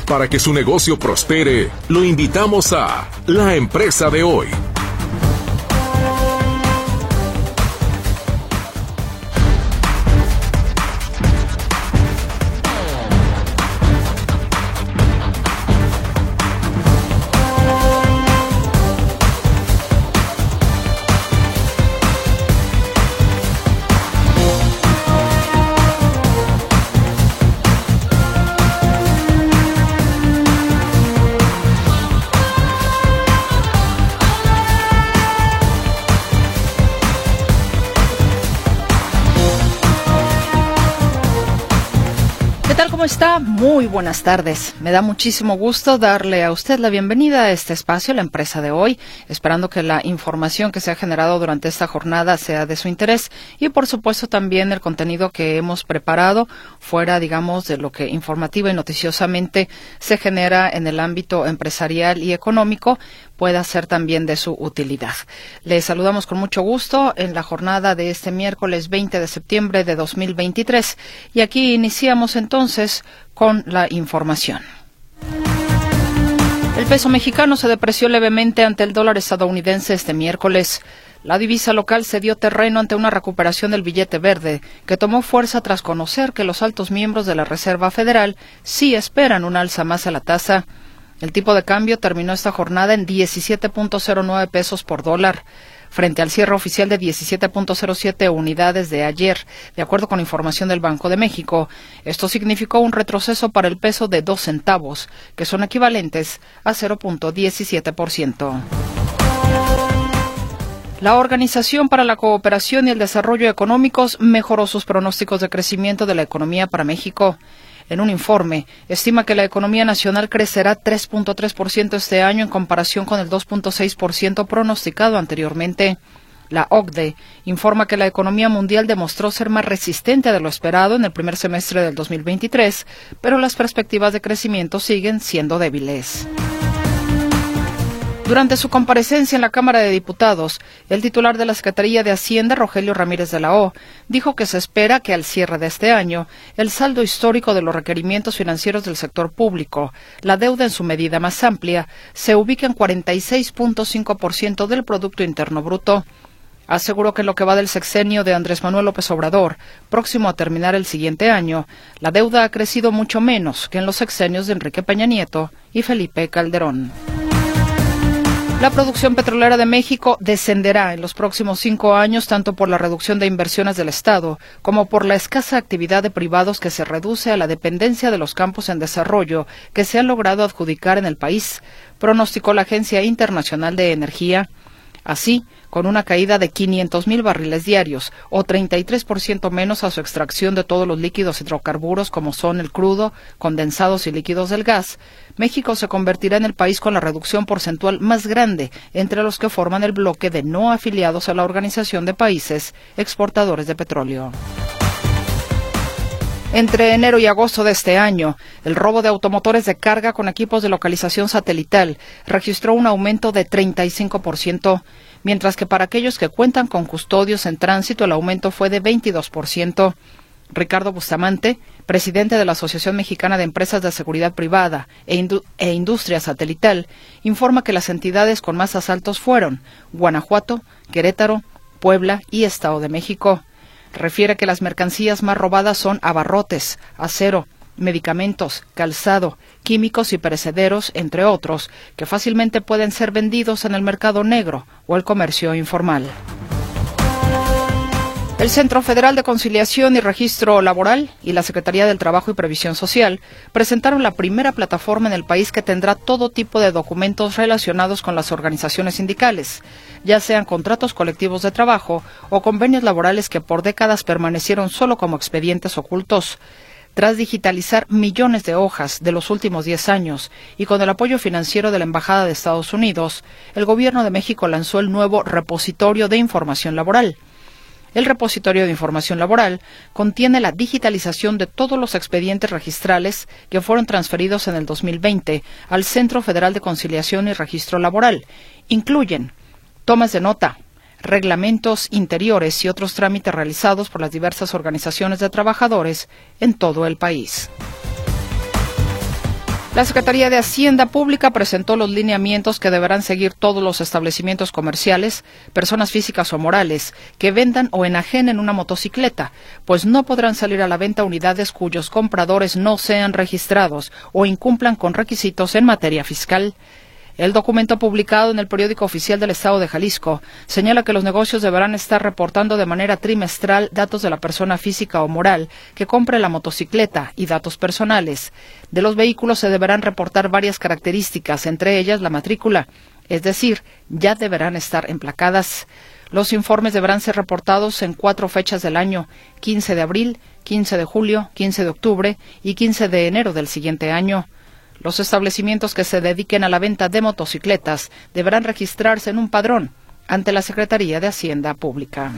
Para que su negocio prospere, lo invitamos a La Empresa de Hoy. ¿Cómo está? Muy buenas tardes. Me da muchísimo gusto darle a usted la bienvenida a este espacio, La Empresa de Hoy, esperando que la información que se ha generado durante esta jornada sea de su interés y, por supuesto, también el contenido que hemos preparado fuera, digamos, de lo que informativa y noticiosamente se genera en el ámbito empresarial y económico, pueda ser también de su utilidad. Les saludamos con mucho gusto en la jornada de este miércoles 20 de septiembre de 2023 y aquí iniciamos entonces con la información. El peso mexicano se depreció levemente ante el dólar estadounidense este miércoles. La divisa local cedió terreno ante una recuperación del billete verde, que tomó fuerza tras conocer que los altos miembros de la Reserva Federal sí esperan un alza más a la tasa. El tipo de cambio terminó esta jornada en 17.09 pesos por dólar, frente al cierre oficial de 17.07 unidades de ayer, de acuerdo con información del Banco de México. Esto significó un retroceso para el peso de 2 centavos, que son equivalentes a 0.17%. La Organización para la Cooperación y el Desarrollo Económicos mejoró sus pronósticos de crecimiento de la economía para México. En un informe, estima que la economía nacional crecerá 3.3% este año en comparación con el 2.6% pronosticado anteriormente. La OCDE informa que la economía mundial demostró ser más resistente de lo esperado en el primer semestre del 2023, pero las perspectivas de crecimiento siguen siendo débiles. Durante su comparecencia en la Cámara de Diputados, el titular de la Secretaría de Hacienda, Rogelio Ramírez de la O, dijo que se espera que al cierre de este año, el saldo histórico de los requerimientos financieros del sector público, la deuda en su medida más amplia, se ubique en 46.5% del Producto Interno Bruto. Aseguró que en lo que va del sexenio de Andrés Manuel López Obrador, próximo a terminar el siguiente año, la deuda ha crecido mucho menos que en los sexenios de Enrique Peña Nieto y Felipe Calderón. La producción petrolera de México descenderá en los próximos 5 años tanto por la reducción de inversiones del Estado como por la escasa actividad de privados que se reduce a la dependencia de los campos en desarrollo que se han logrado adjudicar en el país, pronosticó la Agencia Internacional de Energía. Así, con una caída de 500,000 barriles diarios, o 33% menos a su extracción de todos los líquidos hidrocarburos como son el crudo, condensados y líquidos del gas, México se convertirá en el país con la reducción porcentual más grande entre los que forman el bloque de no afiliados a la Organización de Países Exportadores de Petróleo. Entre enero y agosto de este año, el robo de automotores de carga con equipos de localización satelital registró un aumento de 35%, mientras que para aquellos que cuentan con custodios en tránsito el aumento fue de 22%. Ricardo Bustamante, presidente de la Asociación Mexicana de Empresas de Seguridad Privada e Industria Satelital, informa que las entidades con más asaltos fueron Guanajuato, Querétaro, Puebla y Estado de México. Refiere que las mercancías más robadas son abarrotes, acero, medicamentos, calzado, químicos y perecederos, entre otros, que fácilmente pueden ser vendidos en el mercado negro o el comercio informal. El Centro Federal de Conciliación y Registro Laboral y la Secretaría del Trabajo y Previsión Social presentaron la primera plataforma en el país que tendrá todo tipo de documentos relacionados con las organizaciones sindicales, ya sean contratos colectivos de trabajo o convenios laborales que por décadas permanecieron solo como expedientes ocultos. Tras digitalizar millones de hojas de los últimos 10 años y con el apoyo financiero de la Embajada de Estados Unidos, el Gobierno de México lanzó el nuevo Repositorio de Información Laboral. El Repositorio de Información Laboral contiene la digitalización de todos los expedientes registrales que fueron transferidos en el 2020 al Centro Federal de Conciliación y Registro Laboral. Incluyen tomas de nota, reglamentos interiores y otros trámites realizados por las diversas organizaciones de trabajadores en todo el país. La Secretaría de Hacienda Pública presentó los lineamientos que deberán seguir todos los establecimientos comerciales, personas físicas o morales, que vendan o enajenen una motocicleta, pues no podrán salir a la venta unidades cuyos compradores no sean registrados o incumplan con requisitos en materia fiscal. El documento publicado en el Periódico Oficial del Estado de Jalisco señala que los negocios deberán estar reportando de manera trimestral datos de la persona física o moral que compre la motocicleta y datos personales. De los vehículos se deberán reportar varias características, entre ellas la matrícula, es decir, ya deberán estar emplacadas. Los informes deberán ser reportados en 4 fechas del año: 15 de abril, 15 de julio, 15 de octubre y 15 de enero del siguiente año. Los establecimientos que se dediquen a la venta de motocicletas deberán registrarse en un padrón ante la Secretaría de Hacienda Pública.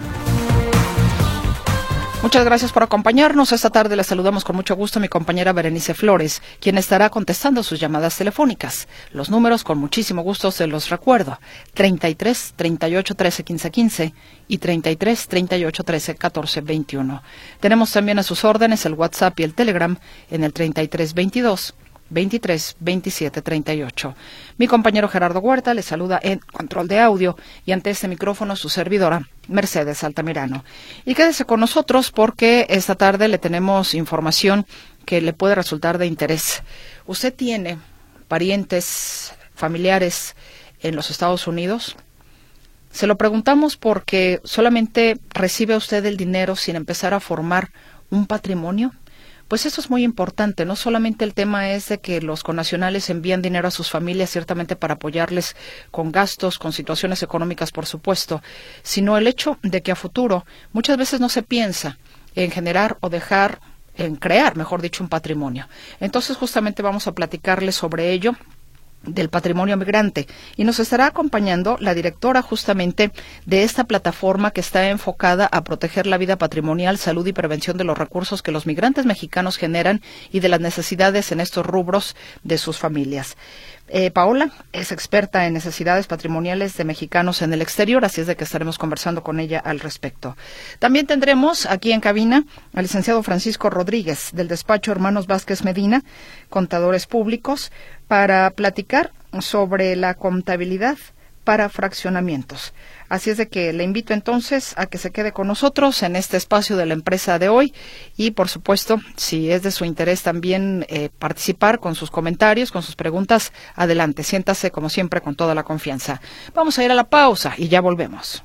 Muchas gracias por acompañarnos. Esta tarde le saludamos con mucho gusto a mi compañera Berenice Flores, quien estará contestando sus llamadas telefónicas. Los números, con muchísimo gusto, se los recuerdo: 33 38 13 15 15 y 33 38 13 14 21. Tenemos también a sus órdenes el WhatsApp y el Telegram en el 33 22 23 27 38. Mi compañero Gerardo Huerta le saluda en control de audio y ante este micrófono su servidora Mercedes Altamirano. Y quédese con nosotros porque esta tarde le tenemos información que le puede resultar de interés. ¿Usted tiene parientes, familiares en los Estados Unidos? Se lo preguntamos porque solamente recibe usted el dinero sin empezar a formar un patrimonio. Pues eso es muy importante. No solamente el tema es de que los connacionales envían dinero a sus familias, ciertamente para apoyarles con gastos, con situaciones económicas, por supuesto, sino el hecho de que a futuro muchas veces no se piensa en generar o dejar, en crear, mejor dicho, un patrimonio. Entonces, justamente vamos a platicarles sobre ello, del patrimonio migrante, y nos estará acompañando la directora justamente de esta plataforma que está enfocada a proteger la vida patrimonial, salud y prevención de los recursos que los migrantes mexicanos generan y de las necesidades en estos rubros de sus familias. Paola es experta en necesidades patrimoniales de mexicanos en el exterior, así es de que estaremos conversando con ella al respecto. También tendremos aquí en cabina al licenciado Francisco Rodríguez, del despacho Hermanos Vázquez Medina, contadores públicos, para platicar sobre la contabilidad para fraccionamientos. Así es de que le invito entonces a que se quede con nosotros en este espacio de la empresa de hoy y, por supuesto, si es de su interés también participar con sus comentarios, con sus preguntas, adelante, siéntase como siempre con toda la confianza. Vamos a ir a la pausa y ya volvemos.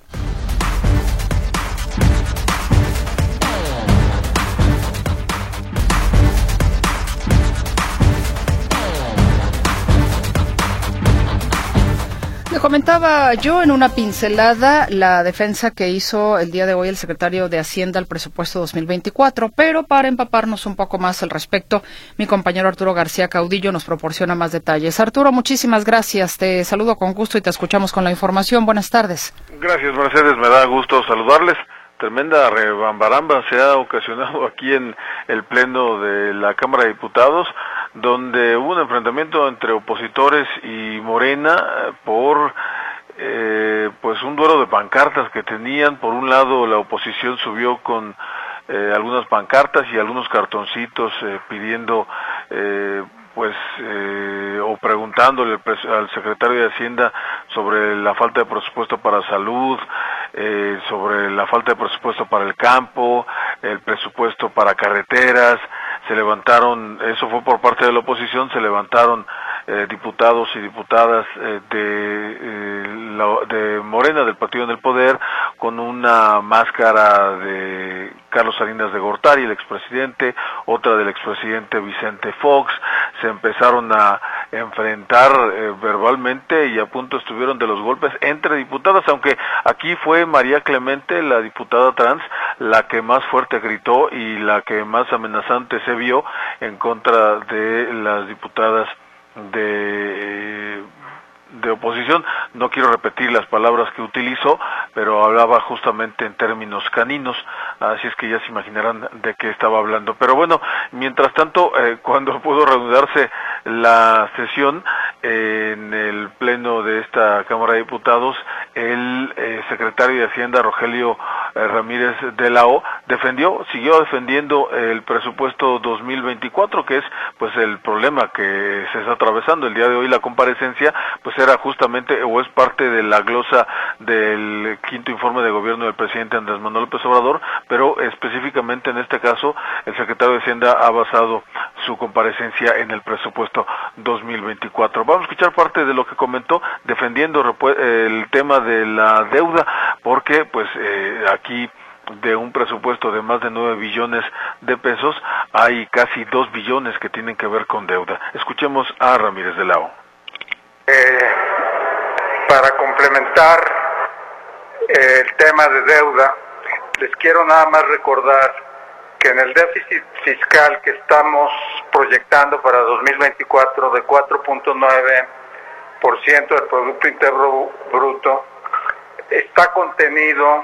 Le comentaba yo en una pincelada la defensa que hizo el día de hoy el secretario de Hacienda al presupuesto 2024, pero para empaparnos un poco más al respecto, mi compañero Arturo García Caudillo nos proporciona más detalles. Arturo, muchísimas gracias, te saludo con gusto y te escuchamos con la información. Buenas tardes. Gracias, Mercedes, me da gusto saludarles. Tremenda rebambaramba se ha ocasionado aquí en el pleno de la Cámara de Diputados, donde hubo un enfrentamiento entre opositores y Morena por pues un duelo de pancartas que tenían. Por un lado, la oposición subió con algunas pancartas y algunos cartoncitos pidiendo o preguntándole al secretario de Hacienda sobre la falta de presupuesto para salud, sobre la falta de presupuesto para el campo, el presupuesto para carreteras. Se levantaron, eso fue por parte de la oposición, se levantaron diputados y diputadas de Morena, del Partido en el Poder, con una máscara de Carlos Salinas de Gortari, el expresidente, otra del expresidente Vicente Fox. Se empezaron a enfrentar verbalmente y a punto estuvieron de los golpes entre diputadas, aunque aquí fue María Clemente, la diputada trans, la que más fuerte gritó y la que más amenazante se vio en contra de las diputadas de oposición. No quiero repetir las palabras que utilizó, pero hablaba justamente en términos caninos, así es que ya se imaginarán de qué estaba hablando. Pero bueno, mientras tanto, cuando pudo reanudarse la sesión en el pleno de esta Cámara de Diputados, el secretario de Hacienda, Rogelio Ramírez de la O, siguió defendiendo el presupuesto 2024, que es pues el problema que se está atravesando. El día de hoy la comparecencia pues era justamente, o es parte de la glosa del quinto informe de gobierno del presidente Andrés Manuel López Obrador, pero específicamente en este caso el secretario de Hacienda ha basado su comparecencia en el presupuesto 2024. Vamos a escuchar parte de lo que comentó defendiendo el tema de la deuda, porque pues aquí de un presupuesto de más de 9 billones de pesos hay casi 2 billones que tienen que ver con deuda. Escuchemos a Ramírez de la O. Para complementar el tema de deuda, les quiero nada más recordar que en el déficit fiscal que estamos proyectando para 2024 de 4.9% del Producto Interno Bruto, está contenido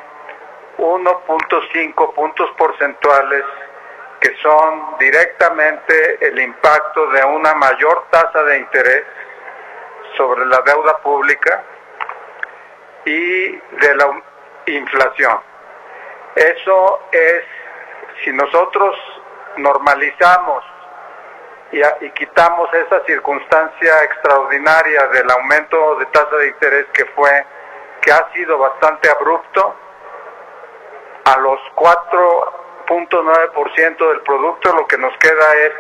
1.5 puntos porcentuales que son directamente el impacto de una mayor tasa de interés sobre la deuda pública y de la inflación. Eso es, si nosotros normalizamos y quitamos esa circunstancia extraordinaria del aumento de tasa de interés que ha sido bastante abrupto, a los 4.9% del producto, lo que nos queda es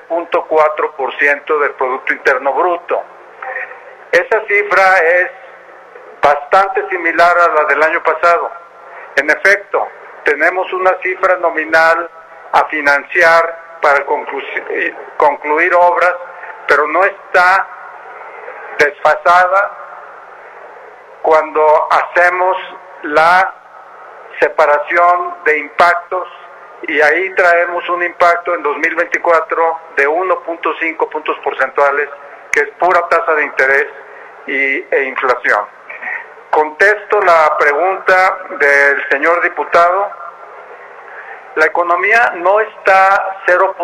3.4% del Producto Interno Bruto. Esa cifra es bastante similar a la del año pasado. En efecto, tenemos una cifra nominal a financiar para concluir obras, pero no está desfasada cuando hacemos la separación de impactos, y ahí traemos un impacto en 2024 de 1.5 puntos porcentuales, que es pura tasa de interés e inflación. Contesto la pregunta del señor diputado. La economía no está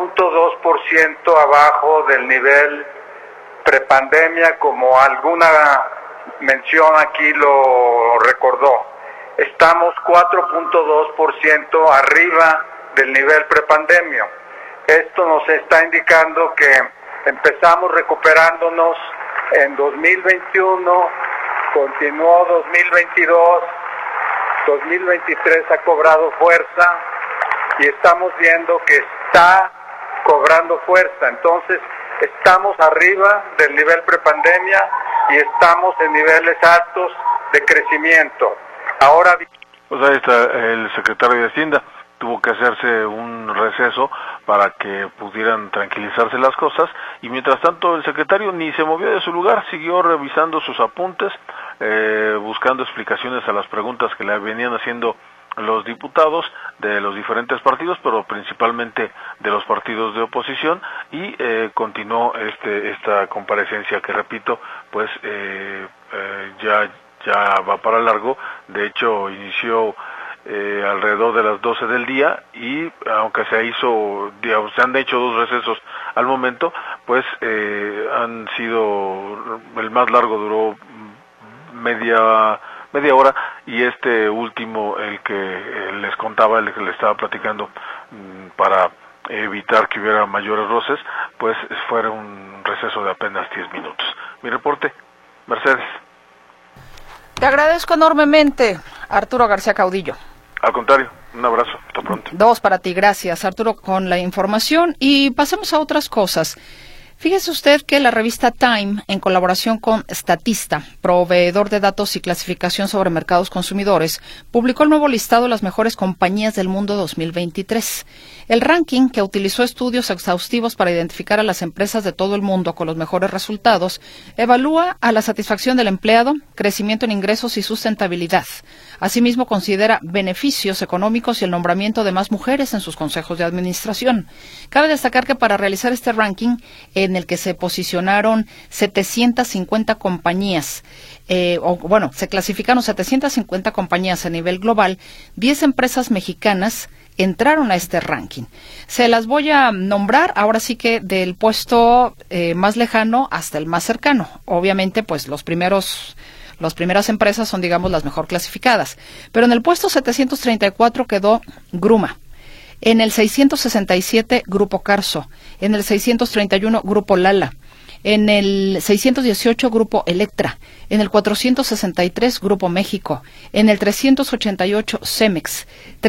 0.2% abajo del nivel prepandemia, como alguna mención aquí lo recordó. Estamos 4.2% arriba del nivel prepandemia. Esto nos está indicando que empezamos recuperándonos en 2021, continuó 2022, 2023 ha cobrado fuerza y estamos viendo que está cobrando fuerza. Entonces, estamos arriba del nivel prepandemia y estamos en niveles altos de crecimiento. Ahora, pues ahí está el secretario de Hacienda. Tuvo que hacerse un receso para que pudieran tranquilizarse las cosas, y mientras tanto el secretario ni se movió de su lugar, siguió revisando sus apuntes, buscando explicaciones a las preguntas que le venían haciendo los diputados de los diferentes partidos, pero principalmente de los partidos de oposición, y continuó esta comparecencia que, repito, pues ya va para largo. De hecho, inició alrededor de las 12 del día, y aunque se han hecho 2 recesos al momento, pues han sido, el más largo duró media hora, y este último, el que les contaba, el que les estaba platicando, para evitar que hubiera mayores roces, pues fue un receso de apenas 10 minutos. Mi reporte, Mercedes. Te agradezco enormemente, Arturo García Caudillo. Al contrario, un abrazo, hasta pronto. 2 para ti, gracias, Arturo, con la información. Y pasemos a otras cosas. Fíjese usted que la revista Time, en colaboración con Statista, proveedor de datos y clasificación sobre mercados consumidores, publicó el nuevo listado de las mejores compañías del mundo 2023. El ranking, que utilizó estudios exhaustivos para identificar a las empresas de todo el mundo con los mejores resultados, evalúa a la satisfacción del empleado, crecimiento en ingresos y sustentabilidad. Asimismo, considera beneficios económicos y el nombramiento de más mujeres en sus consejos de administración. Cabe destacar que para realizar este ranking, en el que se posicionaron 750 compañías, se clasificaron 750 compañías a nivel global, 10 empresas mexicanas entraron a este ranking. Se las voy a nombrar ahora sí que del puesto más lejano hasta el más cercano. Obviamente, pues los primeros Las primeras empresas son, digamos, las mejor clasificadas. Pero en el puesto 734 quedó Gruma. En el 667, Grupo Carso. En el 631, Grupo Lala. En el 618, Grupo Electra. En el 463, Grupo México. En el 388, Cemex.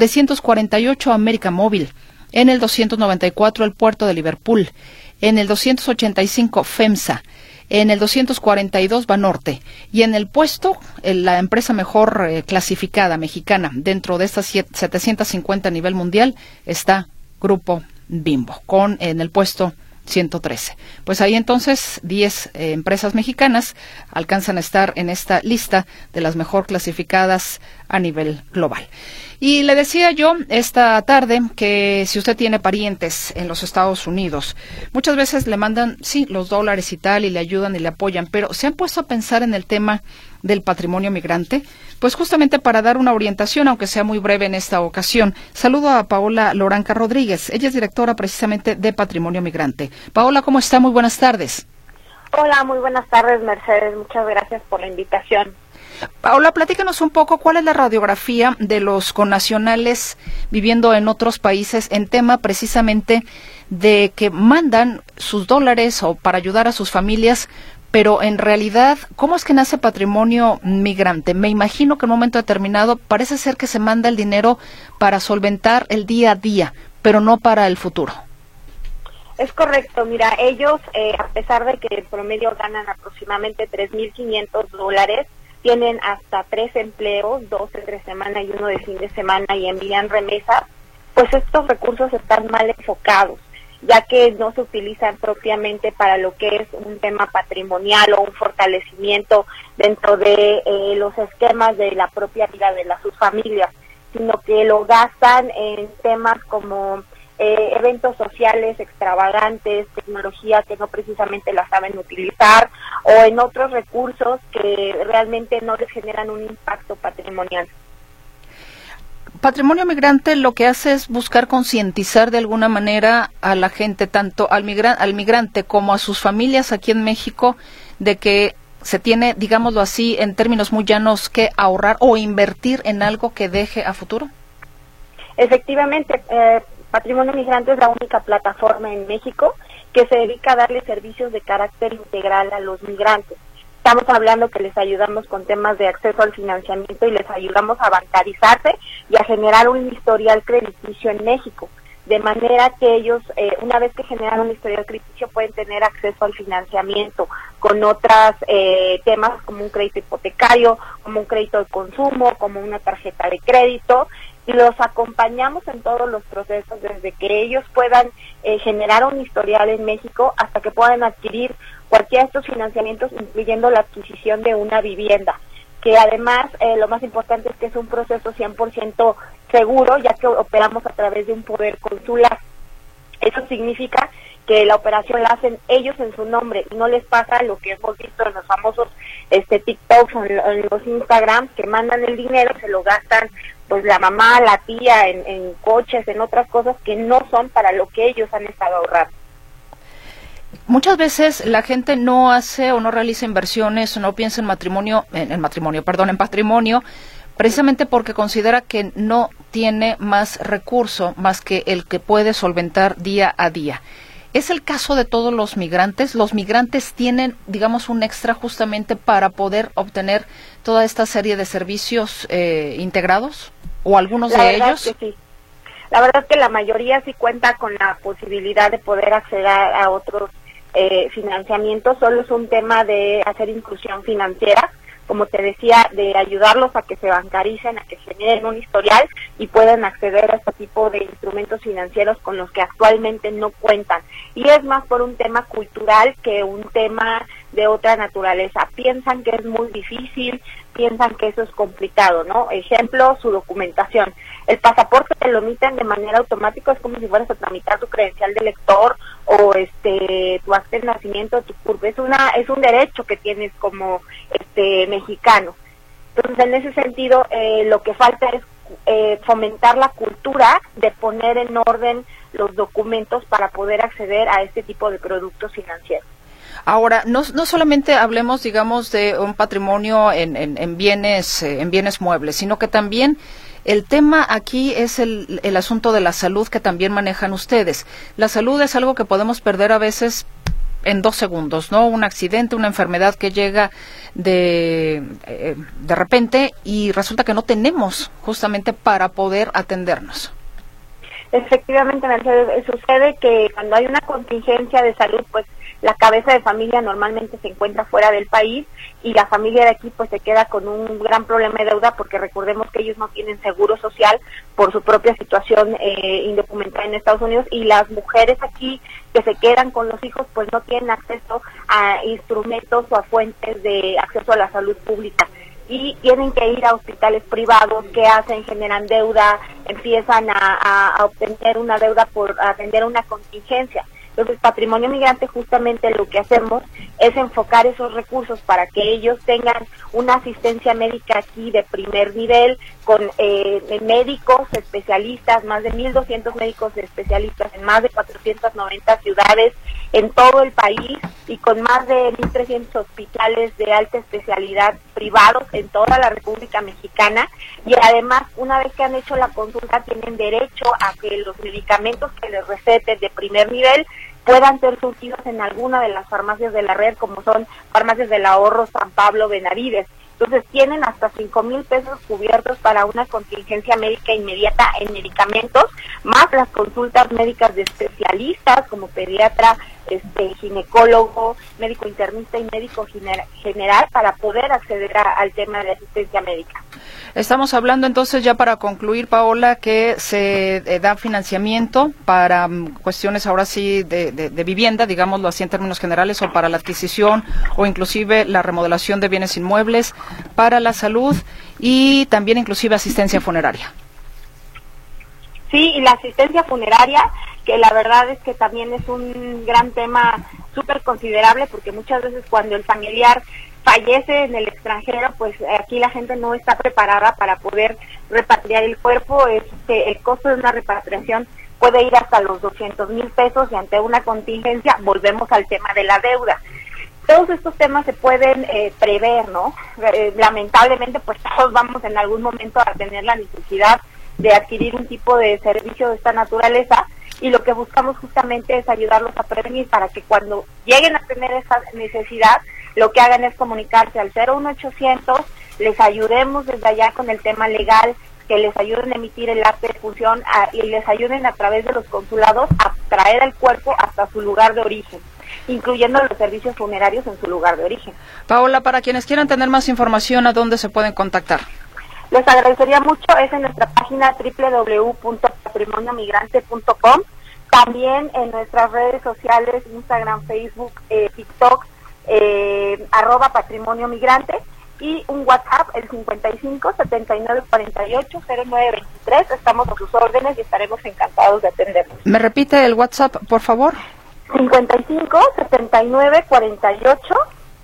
348, América Móvil. En el 294, el Puerto de Liverpool. En el 285, FEMSA. En el 242, Banorte. Y en el puesto, la empresa mejor clasificada mexicana dentro de estas 750 a nivel mundial está Grupo Bimbo, en el puesto 113. Pues ahí entonces 10 empresas mexicanas alcanzan a estar en esta lista de las mejor clasificadas a nivel global. Y le decía yo esta tarde que si usted tiene parientes en los Estados Unidos, muchas veces le mandan, sí, los dólares y tal, y le ayudan y le apoyan, pero ¿se han puesto a pensar en el tema del patrimonio migrante? Pues justamente para dar una orientación, aunque sea muy breve en esta ocasión, saludo a Paola Loranca Rodríguez. Ella es directora precisamente de Patrimonio Migrante. Paola, ¿cómo está? Muy buenas tardes. Hola, muy buenas tardes, Mercedes. Muchas gracias por la invitación. Paola, platícanos un poco cuál es la radiografía de los connacionales viviendo en otros países en tema precisamente de que mandan sus dólares o para ayudar a sus familias, pero en realidad, ¿cómo es que nace Patrimonio Migrante? Me imagino que en un momento determinado parece ser que se manda el dinero para solventar el día a día, pero no para el futuro. Es correcto, mira, ellos, a pesar de que en promedio ganan aproximadamente $3,500, tienen hasta 3 empleos, 2 entre semana y 1 de fin de semana, y envían remesas, pues estos recursos están mal enfocados, ya que no se utilizan propiamente para lo que es un tema patrimonial o un fortalecimiento dentro de los esquemas de la propia vida de sus familias, sino que lo gastan en temas como eventos sociales extravagantes, tecnología que no precisamente la saben utilizar, o en otros recursos que realmente no les generan un impacto patrimonial. Patrimonio Migrante lo que hace es buscar concientizar de alguna manera a la gente, tanto al migrante como a sus familias aquí en México, de que se tiene, digámoslo así, en términos muy llanos, que ahorrar o invertir en algo que deje a futuro. Efectivamente, Patrimonio Migrante es la única plataforma en México que se dedica a darle servicios de carácter integral a los migrantes. Estamos hablando que les ayudamos con temas de acceso al financiamiento y les ayudamos a bancarizarse y a generar un historial crediticio en México, de manera que ellos, una vez que generan un historial crediticio, pueden tener acceso al financiamiento con otros temas como un crédito hipotecario, como un crédito de consumo, como una tarjeta de crédito, y los acompañamos en todos los procesos, desde que ellos puedan generar un historial en México hasta que puedan adquirir cualquiera de estos financiamientos, incluyendo la adquisición de una vivienda, que además lo más importante es que es un proceso 100% seguro, ya que operamos a través de un poder consular. Eso significa que la operación la hacen ellos en su nombre, y no les pasa lo que hemos visto en los famosos TikToks o en los Instagram, que mandan el dinero, se lo gastan pues la mamá, la tía, en coches, en otras cosas que no son para lo que ellos han estado ahorrando. Muchas veces la gente no hace o no realiza inversiones o no piensa en patrimonio, precisamente porque considera que no tiene más recurso más que el que puede solventar día a día. ¿Es el caso de todos los migrantes? ¿Los migrantes tienen, digamos, un extra justamente para poder obtener toda esta serie de servicios integrados? ¿O algunos de ellos? Que sí. La verdad es que la mayoría sí cuenta con la posibilidad de poder acceder a otros financiamientos. Solo es un tema de hacer inclusión financiera, como te decía, de ayudarlos a que se bancaricen, a que generen un historial y puedan acceder a este tipo de instrumentos financieros con los que actualmente no cuentan. Y es más por un tema cultural que un tema de otra naturaleza. Piensan que es muy difícil, piensan que eso es complicado, ¿no? Ejemplo, su documentación. El pasaporte te lo emiten de manera automática, es como si fueras a tramitar tu credencial de lector o tu acta de nacimiento, tu CURP. Es un derecho que tienes como mexicano. Entonces, en ese sentido, lo que falta es fomentar la cultura de poner en orden los documentos para poder acceder a este tipo de productos financieros. Ahora, no solamente hablemos, digamos, de un patrimonio en bienes muebles, sino que también el tema aquí es el asunto de la salud que también manejan ustedes. La salud es algo que podemos perder a veces en 2 segundos, ¿no? Un accidente, una enfermedad que llega de repente y resulta que no tenemos justamente para poder atendernos. Efectivamente, Mercedes, sucede que cuando hay una contingencia de salud, pues la cabeza de familia normalmente se encuentra fuera del país y la familia de aquí pues se queda con un gran problema de deuda, porque recordemos que ellos no tienen seguro social por su propia situación indocumentada en Estados Unidos, y las mujeres aquí que se quedan con los hijos pues no tienen acceso a instrumentos o a fuentes de acceso a la salud pública, y tienen que ir a hospitales privados. ¿Qué hacen? Generan deuda, empiezan a obtener una deuda por atender una contingencia. Entonces, Patrimonio Migrante, justamente lo que hacemos es enfocar esos recursos para que ellos tengan una asistencia médica aquí de primer nivel, con médicos especialistas, más de 1,200 médicos especialistas en más de 490 ciudades en todo el país, y con más de 1,300 hospitales de alta especialidad privados en toda la República Mexicana. Y además, una vez que han hecho la consulta, tienen derecho a que los medicamentos que les receten de primer nivel puedan ser surtidos en alguna de las farmacias de la red, como son Farmacias del Ahorro, San Pablo, Benavides. Entonces tienen hasta 5,000 pesos cubiertos para una contingencia médica inmediata en medicamentos, más las consultas médicas de especialistas como pediatra, ginecólogo, médico internista y médico general, para poder acceder al tema de asistencia médica. Estamos hablando entonces, ya para concluir, Paola, que se da financiamiento para cuestiones ahora sí de vivienda, digámoslo así en términos generales, o para la adquisición o inclusive la remodelación de bienes inmuebles, para la salud y también inclusive asistencia funeraria. Sí, y la asistencia funeraria, que la verdad es que también es un gran tema súper considerable, porque muchas veces cuando el familiar fallece en el extranjero, pues aquí la gente no está preparada para poder repatriar el cuerpo. El costo de una repatriación puede ir hasta los 200,000 pesos, y ante una contingencia volvemos al tema de la deuda. Todos estos temas se pueden prever, ¿no? Lamentablemente, pues todos vamos en algún momento a tener la necesidad de adquirir un tipo de servicio de esta naturaleza, y lo que buscamos justamente es ayudarlos a prevenir, para que cuando lleguen a tener esa necesidad, lo que hagan es comunicarse al 01800, les ayudemos desde allá con el tema legal, que les ayuden a emitir el acta de función y les ayuden a través de los consulados a traer el cuerpo hasta su lugar de origen, incluyendo los servicios funerarios en su lugar de origen. Paola, para quienes quieran tener más información, ¿a dónde se pueden contactar? Les agradecería mucho, es en nuestra página www.patrimoniomigrante.com, también en nuestras redes sociales, Instagram, Facebook, TikTok, @patrimoniomigrante, y un WhatsApp, el 55 79 48 0923. Estamos a sus órdenes y estaremos encantados de atenderlos. ¿Me repite el WhatsApp, por favor? 55 79 48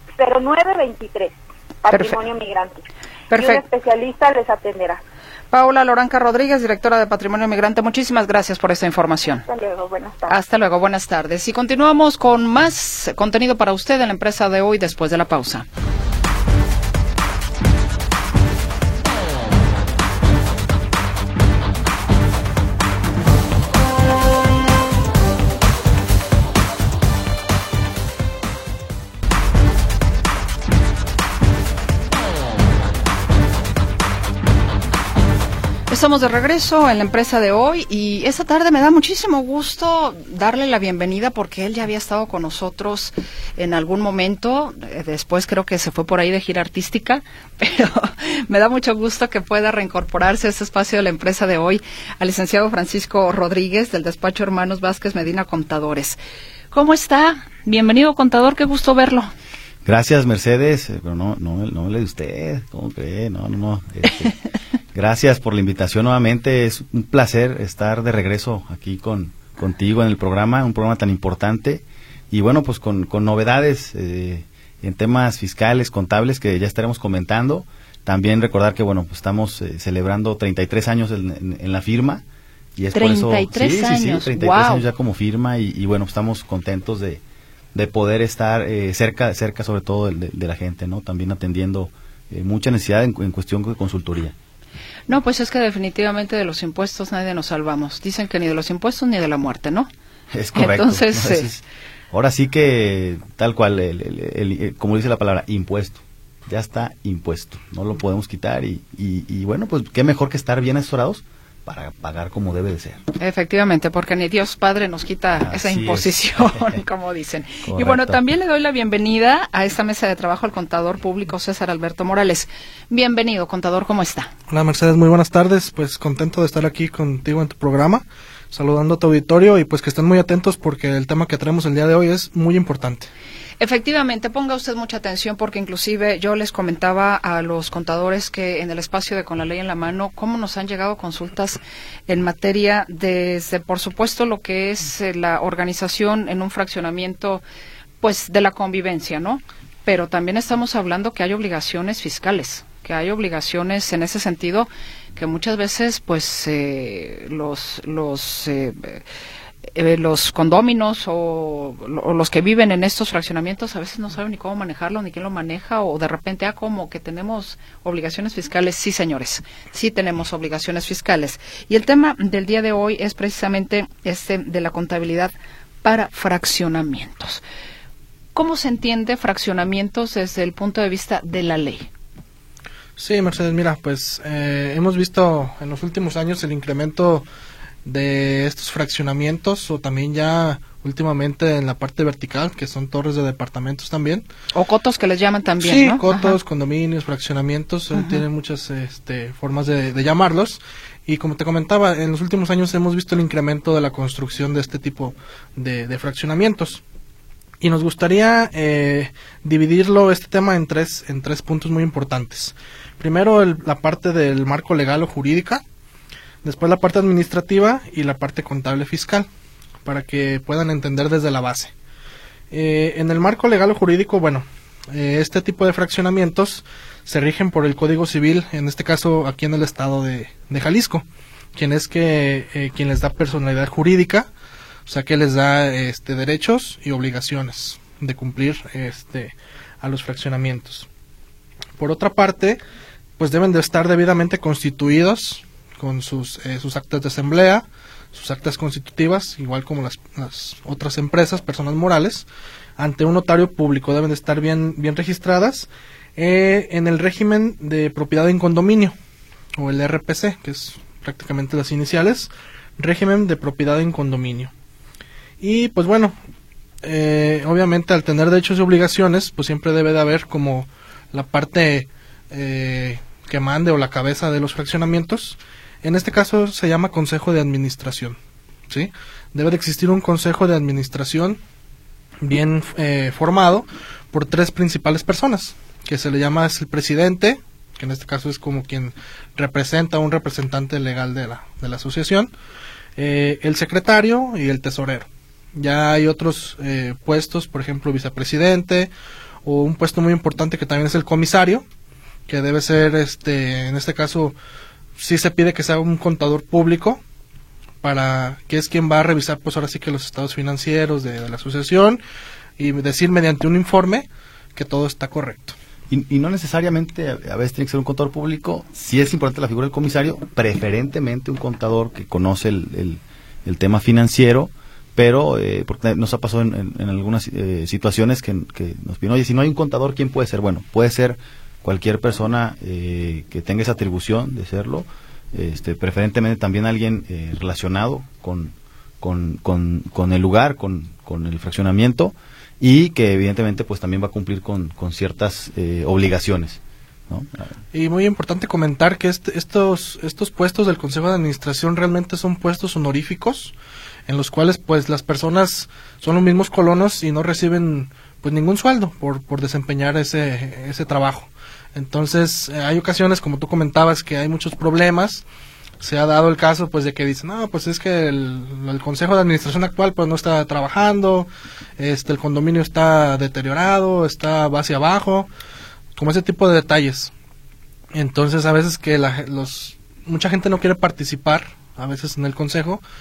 0923. Patrimonio Migrante. Perfecto. Y un especialista les atenderá. Paola Loranca Rodríguez, directora de Patrimonio Migrante, muchísimas gracias por esta información. Hasta luego, buenas tardes. Hasta luego, buenas tardes. Y continuamos con más contenido para usted en la empresa de hoy después de la pausa. Estamos de regreso en la empresa de hoy, y esta tarde me da muchísimo gusto darle la bienvenida, porque él ya había estado con nosotros en algún momento, después creo que se fue por ahí de gira artística, pero me da mucho gusto que pueda reincorporarse a este espacio de la empresa de hoy al licenciado Francisco Rodríguez, del despacho Hermanos Vázquez Medina Contadores. ¿Cómo está? Bienvenido, contador, qué gusto verlo. Gracias, Mercedes, pero no le de usted, ¿cómo cree? No. Gracias por la invitación nuevamente, es un placer estar de regreso aquí contigo en el programa, un programa tan importante, y bueno, pues con novedades en temas fiscales, contables, que ya estaremos comentando. También recordar que bueno, pues estamos celebrando 33 años en la firma, y es 33 por eso, años. sí, 33 wow. años ya como firma, y bueno, estamos contentos de de poder estar cerca sobre todo de la gente, ¿no? También atendiendo mucha necesidad en cuestión de consultoría. No, pues es que definitivamente de los impuestos nadie nos salvamos. Dicen que ni de los impuestos ni de la muerte, ¿no? Es correcto. Entonces, ahora sí que tal cual, como dice la palabra, impuesto. Ya está impuesto, no lo podemos quitar y bueno, pues qué mejor que estar bien asesorados para pagar como debe de ser. Efectivamente, porque ni Dios Padre nos quita esa imposición, como dicen. Correcto. Y bueno, también le doy la bienvenida a esta mesa de trabajo al contador público César Alberto Morales. Bienvenido, contador, ¿cómo está? Hola, Mercedes, muy buenas tardes. Pues contento de estar aquí contigo en tu programa, saludando a tu auditorio y pues que estén muy atentos porque el tema que traemos el día de hoy es muy importante. Efectivamente, ponga usted mucha atención porque inclusive yo les comentaba a los contadores que en el espacio de Con la Ley en la Mano, cómo nos han llegado consultas en materia desde, por supuesto, lo que es la organización en un fraccionamiento, pues, de la convivencia, ¿no? Pero también estamos hablando que hay obligaciones fiscales, que hay obligaciones en ese sentido que muchas veces, pues, los condóminos o los que viven en estos fraccionamientos a veces no saben ni cómo manejarlo, ni quién lo maneja, o de repente, como que tenemos obligaciones fiscales. Sí, señores, sí tenemos obligaciones fiscales. Y el tema del día de hoy es precisamente de la contabilidad para fraccionamientos. ¿Cómo se entiende fraccionamientos desde el punto de vista de la ley? Sí, Mercedes, mira, pues hemos visto en los últimos años el incremento de estos fraccionamientos, o también ya últimamente en la parte vertical, que son torres de departamentos también. O cotos, que les llaman también, sí, ¿no? Cotos, condominios, fraccionamientos, tienen muchas formas de llamarlos. Y como te comentaba, en los últimos años hemos visto el incremento de la construcción de este tipo de fraccionamientos. Y nos gustaría dividirlo, este tema, en tres puntos muy importantes. Primero, la parte del marco legal o jurídica. Después la parte administrativa y la parte contable fiscal, para que puedan entender desde la base. En el marco legal o jurídico, bueno, este tipo de fraccionamientos se rigen por el Código Civil, en este caso aquí en el estado de Jalisco, quien les da personalidad jurídica, o sea que les da derechos y obligaciones de cumplir a los fraccionamientos. Por otra parte, pues deben de estar debidamente constituidos con sus actas de asamblea, sus actas constitutivas, igual como las otras empresas, personas morales, ante un notario público. Deben de estar bien registradas en el régimen de propiedad en condominio, o el RPC, que es prácticamente las iniciales, régimen de propiedad en condominio. Y pues bueno, obviamente al tener derechos y obligaciones, pues siempre debe de haber como la parte que mande o la cabeza de los fraccionamientos. En este caso se llama Consejo de Administración, ¿sí? Debe de existir un Consejo de Administración bien formado por tres principales personas, que se le llama el presidente, que en este caso es como quien representa a un representante legal de la asociación, el secretario y el tesorero. Ya hay otros puestos, por ejemplo, vicepresidente, o un puesto muy importante que también es el comisario, que debe ser, en este caso, sí se pide que sea un contador público, para que es quien va a revisar, pues ahora sí que los estados financieros de la asociación y decir mediante un informe que todo está correcto. Y no necesariamente a veces tiene que ser un contador público. Sí es importante la figura del comisario, preferentemente un contador que conoce el tema financiero, pero porque nos ha pasado en algunas situaciones que nos piden, oye, si no hay un contador, ¿quién puede ser? Bueno, puede ser cualquier persona que tenga esa atribución de serlo, preferentemente también alguien relacionado con el lugar, con el fraccionamiento, y que evidentemente pues también va a cumplir con ciertas obligaciones, ¿no? Y muy importante comentar que estos puestos del Consejo de Administración realmente son puestos honoríficos, en los cuales pues las personas son los mismos colonos y no reciben pues ningún sueldo por desempeñar ese trabajo. Entonces hay ocasiones, como tú comentabas, que hay muchos problemas. Se ha dado el caso pues de que dicen, no, pues es que el Consejo de Administración actual pues no está trabajando, el condominio está deteriorado, va hacia abajo, como ese tipo de detalles. Entonces a veces que mucha gente no quiere participar a veces en el consejo, porque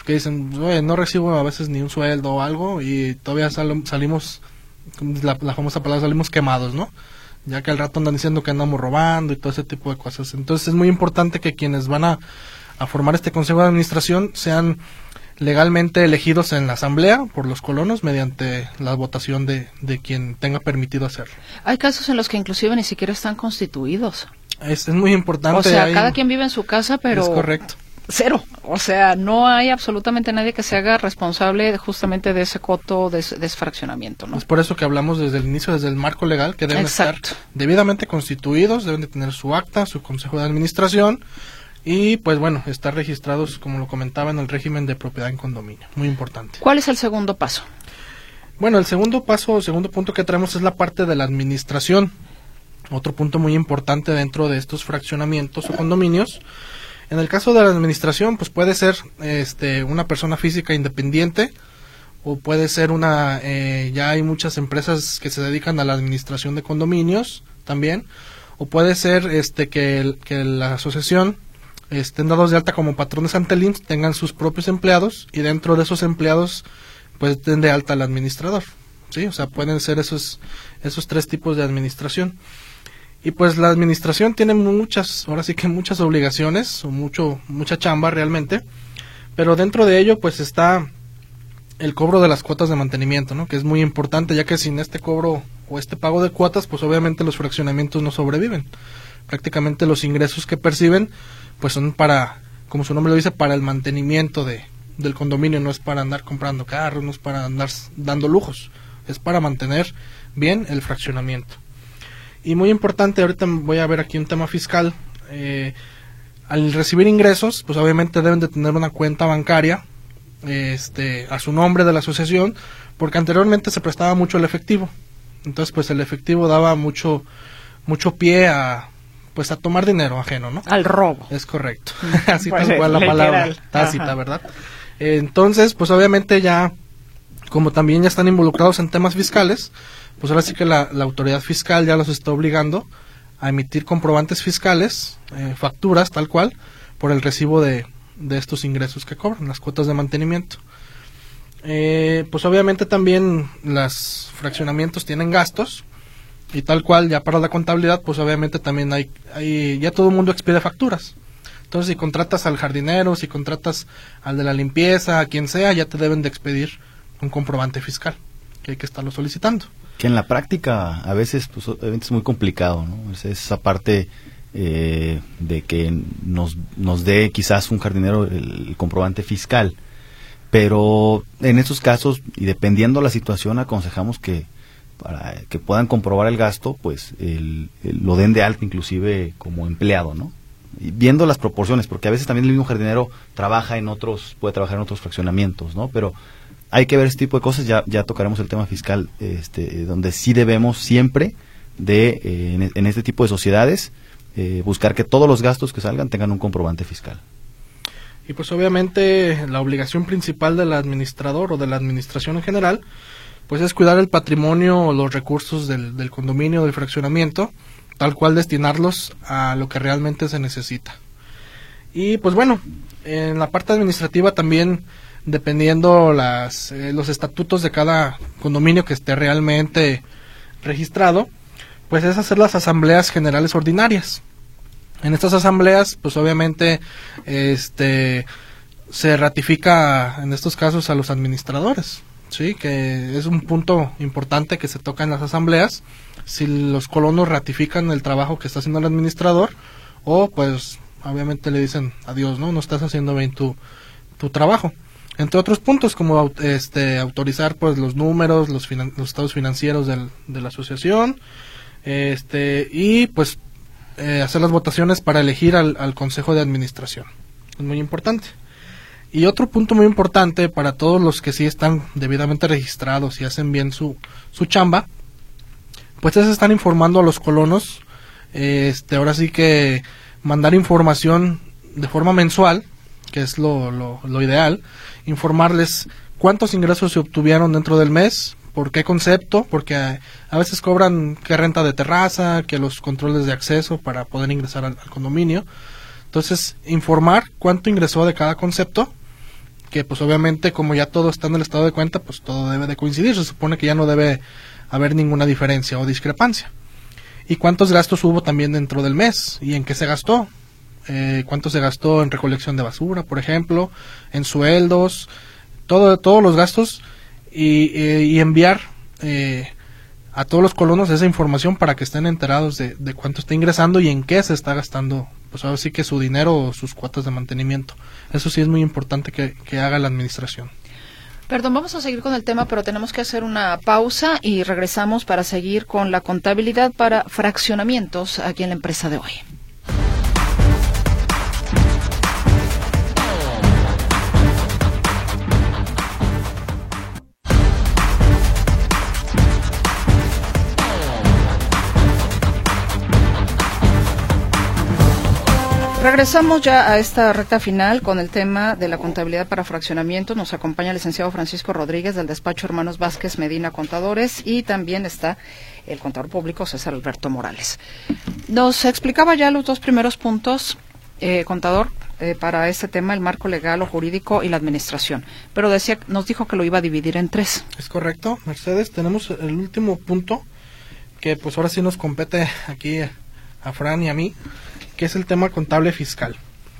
que dicen, oye, no recibo a veces ni un sueldo o algo, y todavía salimos, la famosa palabra, salimos quemados, ¿no? Ya que al rato andan diciendo que andamos robando y todo ese tipo de cosas. Entonces es muy importante que quienes van a formar este consejo de administración sean legalmente elegidos en la asamblea por los colonos mediante la votación de quien tenga permitido hacerlo. Hay casos en los que inclusive ni siquiera están constituidos. Es muy importante. O sea, cada quien vive en su casa, pero... Es correcto. Cero. O sea, no hay absolutamente nadie que se haga responsable justamente de ese coto de ese fraccionamiento, ¿no? Es por eso que hablamos desde el inicio, desde el marco legal, que deben estar debidamente constituidos, deben de tener su acta, su consejo de administración, y pues bueno, estar registrados, como lo comentaba, en el régimen de propiedad en condominio. Muy importante. ¿Cuál es el segundo paso? Bueno, el segundo punto que traemos es la parte de la administración. Otro punto muy importante dentro de estos fraccionamientos o condominios. En el caso de la administración, pues puede ser una persona física independiente, o puede ser ya hay muchas empresas que se dedican a la administración de condominios también, o puede ser que la asociación estén dados de alta como patrones ante el IMSS, tengan sus propios empleados, y dentro de esos empleados pues den de alta al administrador, ¿sí? O sea, pueden ser esos tres tipos de administración. Y pues la administración tiene muchas obligaciones, o mucha chamba realmente, pero dentro de ello pues está el cobro de las cuotas de mantenimiento, ¿no? Que es muy importante, ya que sin este cobro o este pago de cuotas, pues obviamente los fraccionamientos no sobreviven. Prácticamente los ingresos que perciben pues son para, como su nombre lo dice, para el mantenimiento del condominio. No es para andar comprando carros, no es para andar dando lujos, es para mantener bien el fraccionamiento. Y muy importante, ahorita voy a ver aquí un tema fiscal. Al recibir ingresos, pues obviamente deben de tener una cuenta bancaria a su nombre de la asociación, porque anteriormente se prestaba mucho el efectivo. Entonces pues el efectivo daba mucho pie a tomar dinero ajeno, ¿no? Al robo. Es correcto. Así tal cual la palabra tácita, ¿verdad? Entonces, pues obviamente ya, como también ya están involucrados en temas fiscales, pues ahora sí que la autoridad fiscal ya los está obligando a emitir comprobantes fiscales, facturas tal cual, por el recibo de estos ingresos que cobran, las cuotas de mantenimiento. Pues obviamente también los fraccionamientos tienen gastos, y tal cual ya para la contabilidad, pues obviamente también hay ya todo el mundo expide facturas. Entonces, si contratas al jardinero, si contratas al de la limpieza, a quien sea, ya te deben de expedir un comprobante fiscal, que hay que estarlo solicitando. Que en la práctica a veces pues es muy complicado, ¿no? Es esa parte de que nos dé quizás un jardinero el comprobante fiscal, pero en esos casos, y dependiendo la situación, aconsejamos que para que puedan comprobar el gasto, pues lo den de alta inclusive como empleado, ¿no? Y viendo las proporciones, porque a veces también el mismo jardinero puede trabajar en otros fraccionamientos, ¿no? Pero hay que ver este tipo de cosas. Ya tocaremos el tema fiscal, donde sí debemos siempre en este tipo de sociedades buscar que todos los gastos que salgan tengan un comprobante fiscal. Y pues obviamente la obligación principal del administrador o de la administración en general pues es cuidar el patrimonio o los recursos del condominio, del fraccionamiento, tal cual destinarlos a lo que realmente se necesita. Y pues bueno, en la parte administrativa también, dependiendo los estatutos de cada condominio que esté realmente registrado, pues es hacer las asambleas generales ordinarias. En estas asambleas, pues obviamente se ratifica en estos casos a los administradores. Sí, que es un punto importante que se toca en las asambleas, si los colonos ratifican el trabajo que está haciendo el administrador, o pues obviamente le dicen adiós, no estás haciendo bien tu trabajo. Entre otros puntos, como autorizar pues los números, los estados financieros de la asociación, y pues hacer las votaciones para elegir al consejo de administración. Es muy importante. Y otro punto muy importante para todos los que sí están debidamente registrados y hacen bien su chamba, pues es estar informando a los colonos, ahora sí que mandar información de forma mensual, que es lo ideal, informarles cuántos ingresos se obtuvieron dentro del mes, por qué concepto, porque a veces cobran que renta de terraza, que los controles de acceso para poder ingresar al condominio. Entonces, informar cuánto ingresó de cada concepto, que pues obviamente como ya todo está en el estado de cuenta, pues todo debe de coincidir, se supone que ya no debe haber ninguna diferencia o discrepancia. ¿Y cuántos gastos hubo también dentro del mes? ¿Y en qué se gastó? ¿Cuánto se gastó en recolección de basura, por ejemplo? En sueldos, todos los gastos, y enviar a todos los colonos esa información para que estén enterados de cuánto está ingresando y en qué se está gastando, pues ahora sí que su dinero o sus cuotas de mantenimiento. Eso sí es muy importante que haga la administración. Perdón, vamos a seguir con el tema, pero tenemos que hacer una pausa y regresamos para seguir con la contabilidad para fraccionamientos aquí en la empresa de hoy. Regresamos ya a esta recta final con el tema de la contabilidad para fraccionamiento. Nos acompaña el licenciado Francisco Rodríguez del despacho Hermanos Vázquez Medina Contadores y también está el contador público César Alberto Morales. Nos explicaba ya los dos primeros puntos, contador, para este tema, el marco legal o jurídico y la administración. Pero nos dijo que lo iba a dividir en tres. Es correcto, Mercedes. Tenemos el último punto que pues ahora sí nos compete aquí a Fran y a mí, que es el tema contable fiscal.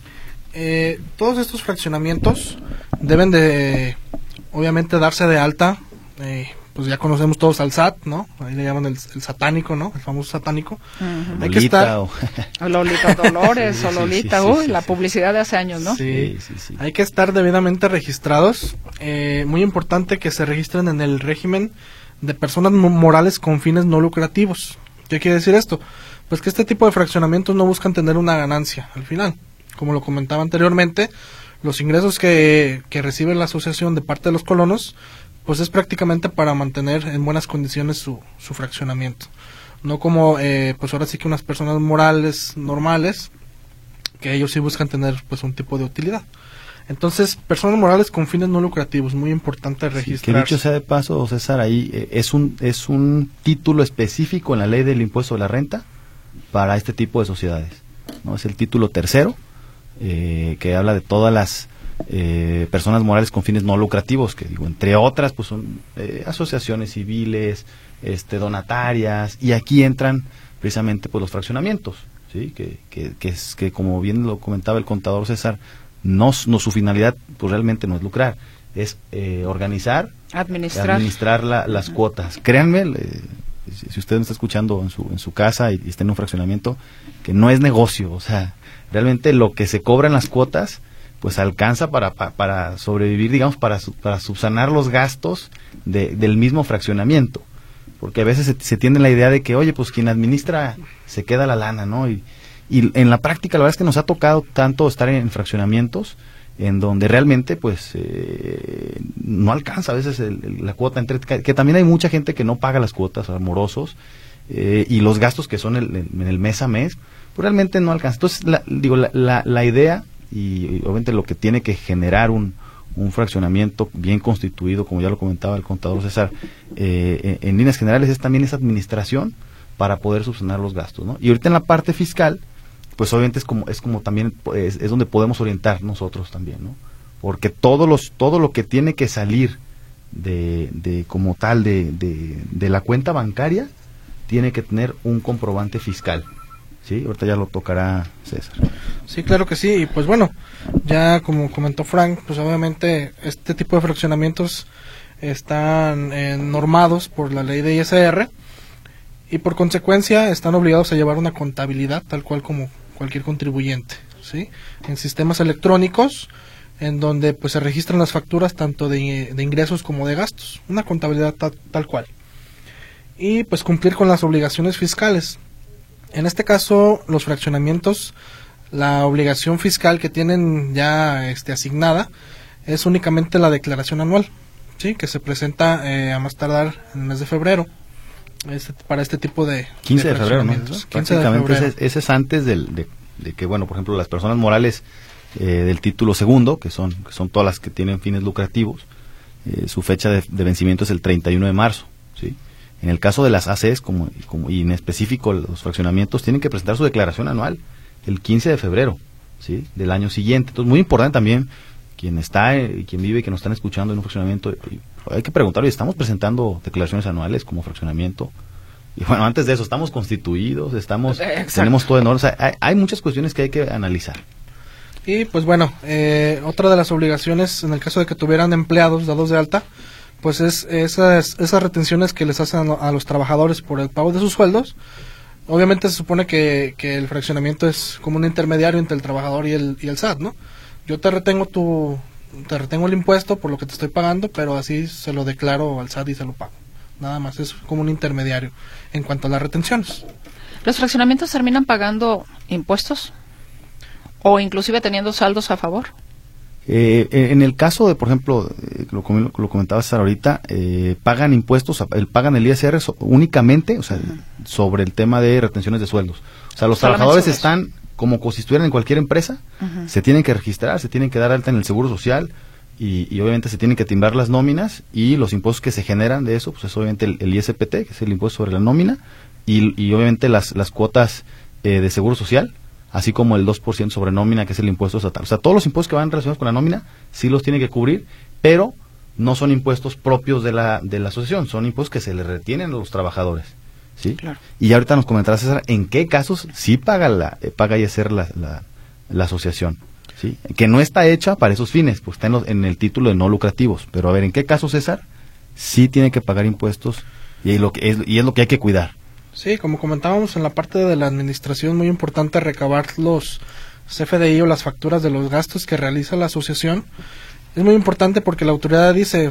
Todos estos fraccionamientos deben de, obviamente, darse de alta, pues ya conocemos todos al SAT, ¿no? Ahí le llaman el satánico, ¿no? El famoso satánico. Uh-huh. Hay que estar... O Lolita Dolores, o Lolita, la publicidad de hace años, ¿no? Sí. Hay que estar debidamente registrados. Muy importante que se registren en el régimen de personas morales con fines no lucrativos. ¿Qué quiere decir esto? Pues que este tipo de fraccionamientos no buscan tener una ganancia al final. Como lo comentaba anteriormente, los ingresos que recibe la asociación de parte de los colonos, pues es prácticamente para mantener en buenas condiciones su fraccionamiento. No como, pues ahora sí que unas personas morales normales, que ellos sí buscan tener pues un tipo de utilidad. Entonces, personas morales con fines no lucrativos, muy importante registrar. Que dicho sea de paso, César, ahí es un título específico en la ley del impuesto de la renta para este tipo de sociedades, ¿no? Es el título tercero, que habla de todas las personas morales con fines no lucrativos, que digo, entre otras, pues son asociaciones civiles, donatarias, y aquí entran precisamente pues los fraccionamientos, ¿sí? Que como bien lo comentaba el contador César, no su finalidad pues realmente no es lucrar, es organizar, administrar las cuotas. Créanme, si usted me está escuchando en su casa y está en un fraccionamiento, que no es negocio, o sea, realmente lo que se cobra en las cuotas pues alcanza para sobrevivir, digamos, para subsanar los gastos del mismo fraccionamiento, porque a veces se tiene la idea de que, oye, pues quien administra se queda la lana, ¿no? Y en la práctica la verdad es que nos ha tocado tanto estar en fraccionamientos en donde realmente pues no alcanza a veces la cuota, que también hay mucha gente que no paga las cuotas, morosos, y los gastos que son en el mes a mes, pues realmente no alcanza. Entonces, la idea, y obviamente lo que tiene que generar un fraccionamiento bien constituido, como ya lo comentaba el contador César, en líneas generales es también esa administración para poder subsanar los gastos, ¿no? Y ahorita en la parte fiscal, pues obviamente es como también es donde podemos orientar nosotros también, ¿no? Porque todo lo que tiene que salir de como tal de la cuenta bancaria tiene que tener un comprobante fiscal, ¿sí? Ahorita ya lo tocará César. Sí, claro que sí, y pues bueno, ya como comentó Frank, pues obviamente este tipo de fraccionamientos están normados por la ley de ISR y por consecuencia están obligados a llevar una contabilidad tal cual como cualquier contribuyente, ¿sí? En sistemas electrónicos en donde pues se registran las facturas tanto de ingresos como de gastos, una contabilidad tal cual. Y pues cumplir con las obligaciones fiscales. En este caso, los fraccionamientos, la obligación fiscal que tienen ya asignada es únicamente la declaración anual, ¿sí? Que se presenta a más tardar en el mes de febrero. Para este tipo de 15 de febrero, ¿no? 15 de febrero. Ese es antes de que, bueno, por ejemplo, las personas morales del título segundo, que son todas las que tienen fines lucrativos, su fecha de vencimiento es el 31 de marzo, ¿sí? En el caso de las ACs, y en específico los fraccionamientos, tienen que presentar su declaración anual el 15 de febrero, ¿sí? Del año siguiente. Entonces, muy importante también quien está, quien vive, que nos están escuchando en un fraccionamiento, hay que preguntarle, estamos presentando declaraciones anuales como fraccionamiento. Y bueno, antes de eso, estamos constituidos, tenemos todo en orden. O sea, hay muchas cuestiones que hay que analizar. Y pues bueno, otra de las obligaciones, en el caso de que tuvieran empleados dados de alta, pues es esas retenciones que les hacen a los trabajadores por el pago de sus sueldos. Obviamente se supone que el fraccionamiento es como un intermediario entre el trabajador y el SAT, ¿no? Yo te retengo el impuesto por lo que te estoy pagando, pero así se lo declaro al SAT y se lo pago. Nada más, es como un intermediario en cuanto a las retenciones. ¿Los fraccionamientos terminan pagando impuestos? ¿O inclusive teniendo saldos a favor? En el caso de, por ejemplo, lo comentaba Sara ahorita, pagan impuestos, pagan el ISR únicamente, o sea, sobre el tema de retenciones de sueldos. O sea, los trabajadores están como si estuvieran en cualquier empresa, se tienen que registrar, se tienen que dar alta en el Seguro Social y obviamente se tienen que timbrar las nóminas y los impuestos que se generan de eso, pues es obviamente el ISPT, que es el impuesto sobre la nómina, y obviamente las cuotas de Seguro Social, así como el 2% sobre nómina, que es el impuesto estatal. O sea, todos los impuestos que van relacionados con la nómina sí los tiene que cubrir, pero no son impuestos propios de la asociación, son impuestos que se le retienen a los trabajadores, ¿sí? Claro. Y ahorita nos comentará César en qué casos sí paga ISR la asociación, ¿sí? Que no está hecha para esos fines, pues está en el título de no lucrativos, pero a ver, ¿en qué casos, César, sí tiene que pagar impuestos y es lo que hay que cuidar? Sí, como comentábamos en la parte de la administración, muy importante recabar los CFDI o las facturas de los gastos que realiza la asociación. Es muy importante porque la autoridad dice,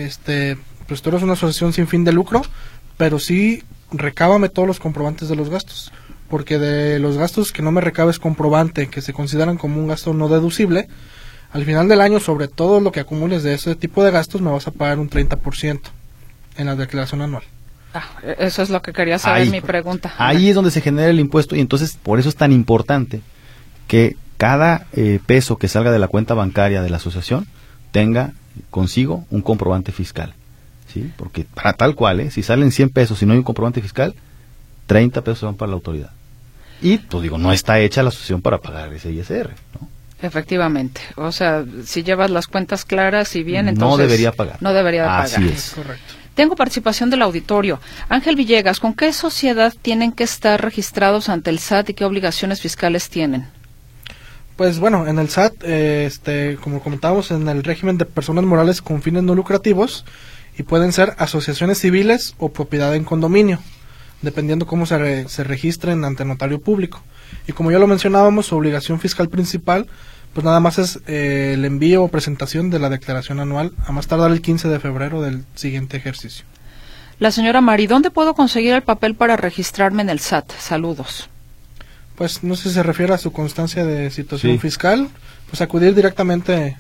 pues tú eres una asociación sin fin de lucro, pero sí recábame todos los comprobantes de los gastos, porque de los gastos que no me recabes comprobante, que se consideran como un gasto no deducible, al final del año, sobre todo lo que acumules de ese tipo de gastos, me vas a pagar un 30% en la declaración anual. Eso es lo que quería saber, mi pregunta. Ahí es donde se genera el impuesto y entonces por eso es tan importante que cada peso que salga de la cuenta bancaria de la asociación tenga consigo un comprobante fiscal, ¿sí? Porque para tal cual, si salen 100 pesos y no hay un comprobante fiscal, 30 pesos van para la autoridad. Y, pues digo, no está hecha la asociación para pagar ese ISR, ¿no? Efectivamente. O sea, si llevas las cuentas claras y bien, entonces... No debería pagar. No debería pagar. Así es. Correcto. Tengo participación del auditorio. Ángel Villegas, ¿con qué sociedad tienen que estar registrados ante el SAT y qué obligaciones fiscales tienen? Pues bueno, en el SAT, como comentábamos, en el régimen de personas morales con fines no lucrativos, y pueden ser asociaciones civiles o propiedad en condominio, dependiendo cómo se registren ante notario público. Y como ya lo mencionábamos, su obligación fiscal principal, pues nada más es el envío o presentación de la declaración anual a más tardar el 15 de febrero del siguiente ejercicio. La señora Mari, ¿dónde puedo conseguir el papel para registrarme en el SAT? Saludos. Pues no sé si se refiere a su constancia de situación fiscal, pues acudir directamente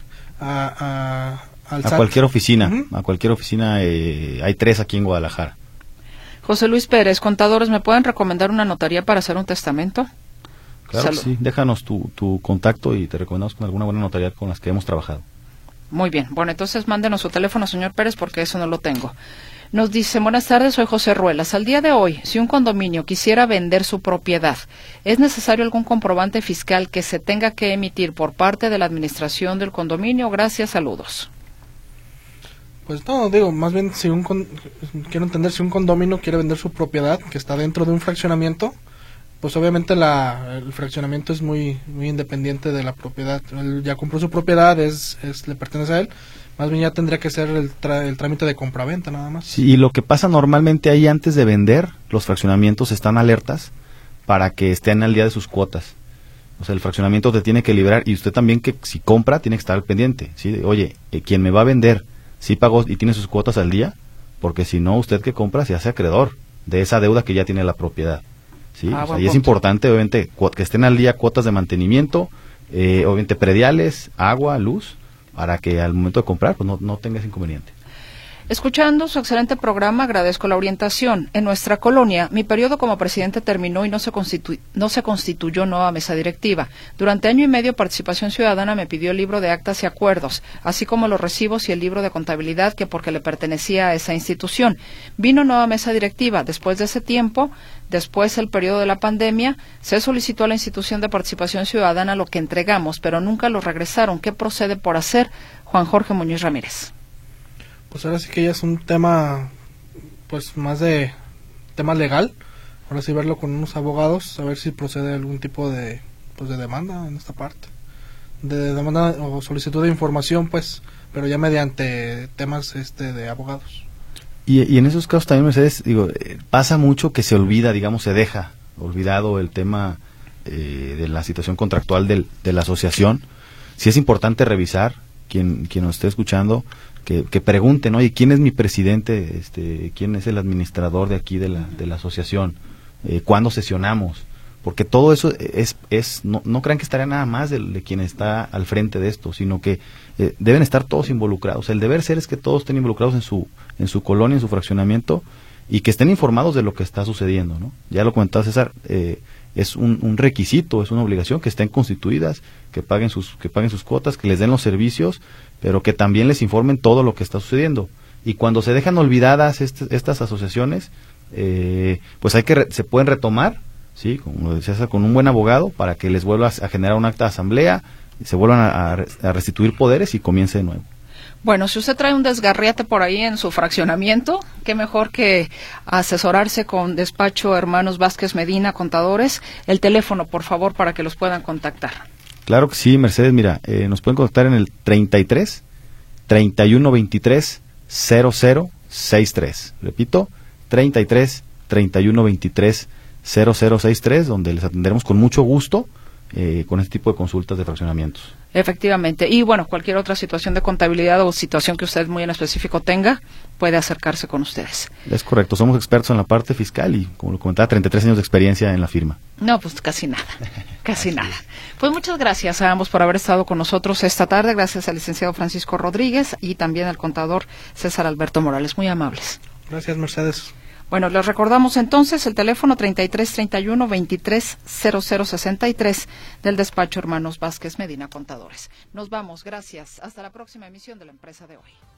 al SAT. Cualquier oficina, a cualquier oficina, hay 3 aquí en Guadalajara. José Luis Pérez, contadores, ¿me pueden recomendar una notaría para hacer un testamento? Claro que sí, déjanos tu contacto y te recomendamos con alguna buena notaría con las que hemos trabajado. Muy bien, bueno, entonces mándenos su teléfono, señor Pérez, porque eso no lo tengo. Nos dice, buenas tardes, soy José Ruelas. Al día de hoy, si un condominio quisiera vender su propiedad, ¿es necesario algún comprobante fiscal que se tenga que emitir por parte de la administración del condominio? Gracias, saludos. Pues no, digo, más bien quiero entender si un condominio quiere vender su propiedad, que está dentro de un fraccionamiento, pues obviamente el fraccionamiento es muy independiente de la propiedad. Él ya compró su propiedad, le pertenece a él. Más bien ya tendría que ser el trámite de compraventa nada más. Sí, y lo que pasa normalmente ahí antes de vender, los fraccionamientos están alertas para que estén al día de sus cuotas. O sea, el fraccionamiento te tiene que liberar y usted también, que si compra tiene que estar al pendiente, ¿sí? Oye, quien me va a vender, ¿sí pagó y tiene sus cuotas al día? Porque si no, usted que compra se hace acreedor de esa deuda que ya tiene la propiedad. Sí, y es importante, obviamente, que estén al día cuotas de mantenimiento, obviamente prediales, agua, luz, para que al momento de comprar pues no tenga ese inconveniente. Escuchando su excelente programa, agradezco la orientación. En nuestra colonia, mi periodo como presidente terminó y no se constituyó nueva mesa directiva. Durante año y medio, Participación Ciudadana me pidió el libro de actas y acuerdos, así como los recibos y el libro de contabilidad, que porque le pertenecía a esa institución. Vino nueva mesa directiva. Después de ese tiempo, después el periodo de la pandemia, se solicitó a la institución de Participación Ciudadana lo que entregamos, pero nunca lo regresaron. ¿Qué procede por hacer? Juan Jorge Muñoz Ramírez. Pues ahora sí que ya es un tema, pues más de tema legal. Ahora sí verlo con unos abogados, a ver si procede algún tipo de, pues de demanda en esta parte. De demanda o solicitud de información, pues, pero ya mediante temas de abogados. Y en esos casos también, Mercedes, digo, pasa mucho que se olvida, digamos, se deja olvidado el tema de la situación contractual de la asociación. Sí es importante revisar, quien nos esté escuchando, que pregunten, oye, ¿quién es mi presidente? ¿Quién es el administrador de aquí de la asociación? ¿Cuándo sesionamos? Porque todo eso no crean que estaría nada más de quien está al frente de esto, sino que deben estar todos involucrados. El deber ser es que todos estén involucrados en su colonia, en su fraccionamiento, y que estén informados de lo que está sucediendo, ¿no? Ya lo comentaba César, es un requisito, es una obligación que estén constituidas, que paguen sus cuotas, que les den los servicios, pero que también les informen todo lo que está sucediendo. Y cuando se dejan olvidadas estas asociaciones, pues se pueden retomar, sí, como decía César, con un buen abogado para que les vuelva a generar un acta de asamblea, se vuelvan a restituir poderes y comience de nuevo. Bueno, si usted trae un desgarriate por ahí en su fraccionamiento, qué mejor que asesorarse con Despacho Hermanos Vázquez Medina, Contadores. El teléfono, por favor, para que los puedan contactar. Claro que sí, Mercedes. Mira, nos pueden contactar en el 33 31 23 0063. Repito, 33 31 23 0063, donde les atenderemos con mucho gusto con este tipo de consultas de fraccionamientos. Efectivamente. Y bueno, cualquier otra situación de contabilidad o situación que usted muy en específico tenga, puede acercarse con ustedes. Es correcto. Somos expertos en la parte fiscal y, como lo comentaba, 33 años de experiencia en la firma. No, pues casi nada. Casi nada. Pues muchas gracias a ambos por haber estado con nosotros esta tarde. Gracias al licenciado Francisco Rodríguez y también al contador César Alberto Morales. Muy amables. Gracias, Mercedes. Bueno, les recordamos entonces el teléfono 33 31 23 0063 del despacho Hermanos Vázquez Medina Contadores. Nos vamos, gracias. Hasta la próxima emisión de La Empresa de Hoy.